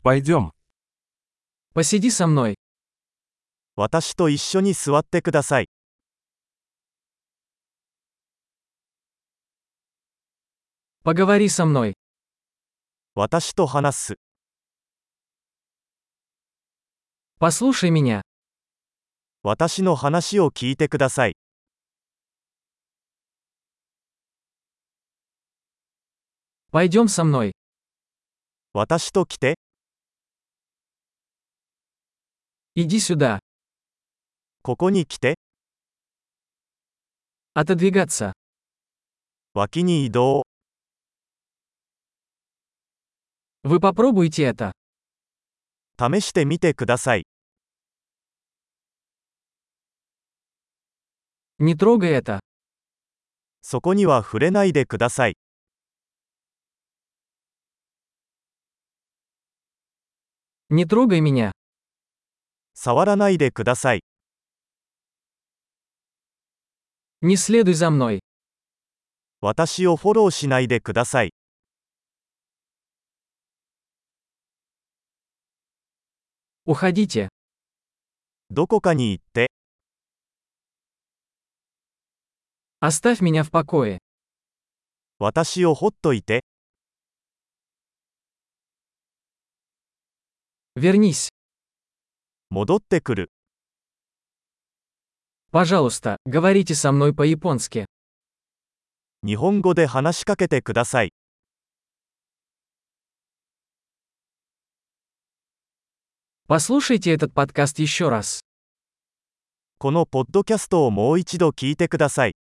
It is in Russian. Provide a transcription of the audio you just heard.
Пойдем. Посиди со мной. 私と一緒に座ってください。 Поговори со мной. 私と話す。 Послушай меня. 私の話を聞いてください。 Пойдем со мной. 私と来て。 Иди сюда. ここに来て。 Отодвигаться. 脇に移動。 Вы попробуйте это. 試してみてください。 Не трогай это. そこには触れないでください。 Не трогай меня. 触らないでください。 Не следуй за мной. 私をフォローしないでください。 Уходите. どこかに行って。 Оставь меня в покое. 私をほっといて。 Вернись. 戻ってくる。 Пожалуйста, говорите со мной по-японски. 日本語で話しかけてください。 Послушайте этот подкаст еще раз. このポッドキャストをもう一度聞いてください。